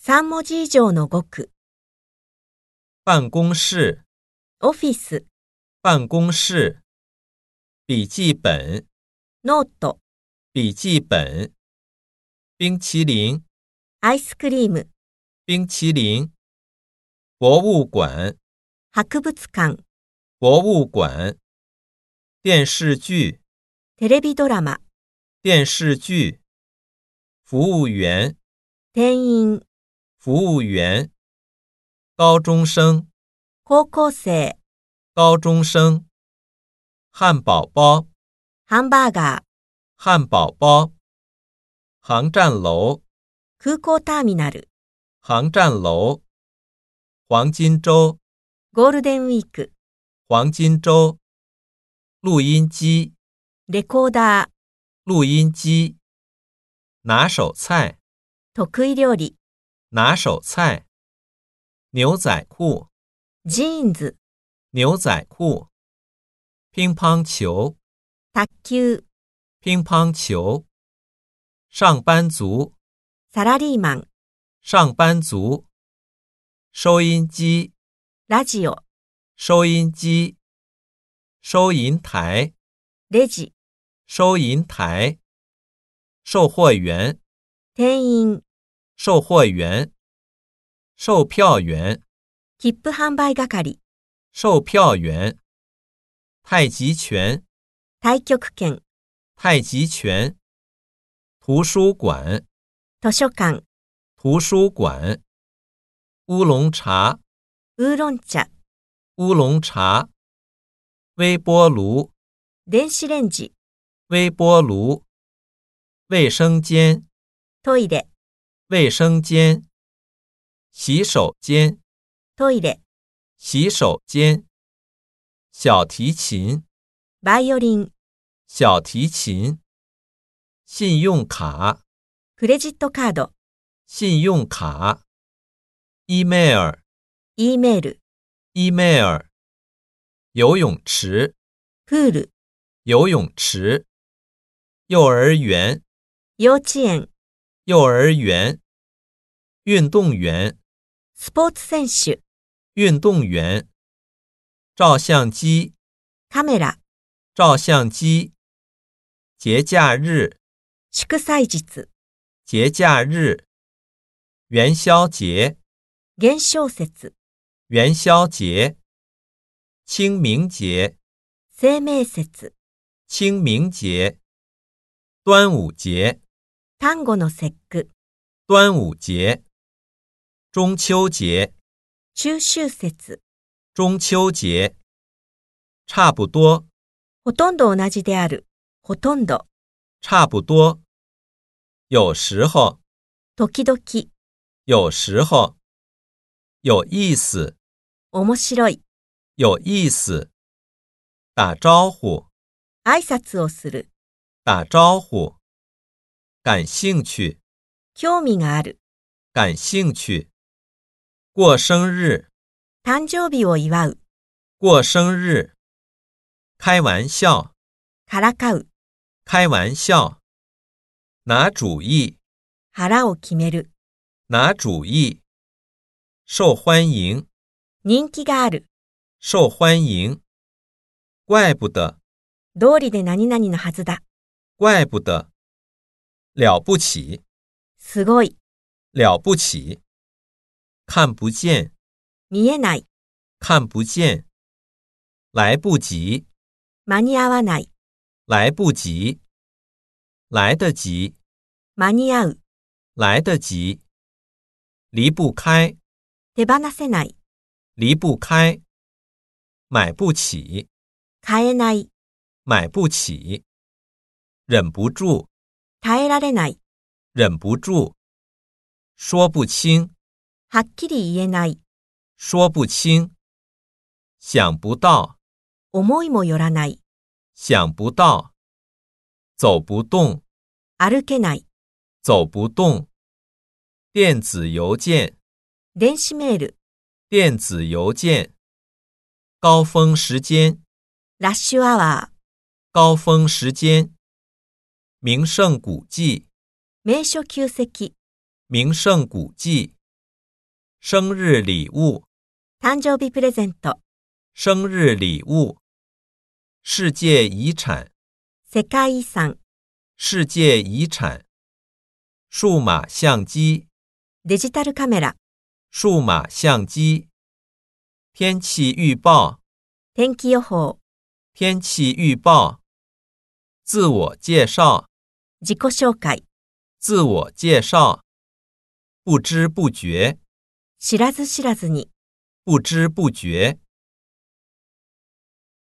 3文字以上の語句。 办公室、 オフィス、 办公室。笔记本、 ノート、 笔記本。冰淇淋、 アイスクリーム、 冰淇淋。博物館、 博物館、 博物館。電視劇、 テレビドラマ、 電視劇。服務員、 店員、 服務員。高中生、 高校生、 高中生。漢堡包、 ハンバーガー、 漢堡包。航站樓、 空港ターミナル、 航站樓。黃金週、 ゴールデンウィーク、 黃金週。錄音機、 レコーダー、 錄音機。拿手菜、 得意料理、 拿手菜。牛仔褲、 ジーンズ、 牛仔褲。乒乓球、 卓球、 乒乓球。上班族、 サラリーマン、 上班族。收音機、 ラジオ、 收音機。收銀台、 レジ、 收銀台。售貨員、 店員、 售貨員。售票員、 切符販売係、 售票員。太極拳、 太極拳、 太極拳。圖書館、 図書館、 圖書館。烏龍茶、 ウーロン茶、 烏龍茶。微波爐、 電子レンジ、 微波爐。衛生間、 トイレ、 衛生間。洗手間、 トイレ、 洗手間。小提琴、 バイオリン、 小提琴。信用卡、 クレジットカード、 信用卡。email、 E メール、 email。游泳池、 プール、 游泳池。幼兒園、 幼稚園、 幼兒園。運動員、 スポーツ選手、 運動員。照相機、 カメラ、 照相機。節假日、 祝祭日、 節假日。元宵節、 元宵節、 元宵節。清明節、 清明節、 清明節。端午節、 端午の節句、 端午節。中秋節、 中秋節、 中秋節。差不多、 ほとんど同じである、ほとんど、 差不多。有時候、 時々、 有时候。有意思、 面白い、 有意思。打招呼、 挨拶をする、 打招呼。感興趣、 興味がある、 感興趣。過生日、 誕生日を祝う、 過生日。開玩笑、 からかう、 開玩笑。拿主意、 腹を決める、 拿主意。受歡迎、 人気がある、 受歡迎。怪不得、 道理で何々のはずだ、 怪不得。了不起、 すごい、 了不起。看不見、 見えない、 看不見。來不及、 間に合わない、 來不及。來得及、 間に合う、 來得及。離不開、 手放せない、 離不開。買不起、 買えない、 買不起。忍不住、 耐えられない、 忍不住。說不清、 はっきり言えない、 說不清。想不到、 思いもよらない、 想不到。走不動、 歩けない、 走不動。電子郵件、 電子メール、 電子郵件。高峰時間、 ラッシュアワー、 高峰時間。名勝古跡、 名所旧跡、 名勝古跡。 生日礼物， 誕生日プレゼント、 生日礼物。世界遗产， 世界遺産、 世界遗产。数码相机， デジタルカメラ、 数码相機。天气预报， 天気予報、 天气预报。自我介绍， 自己紹介、 自我介绍。不知不觉， 知らず知らずに。 不知不觉。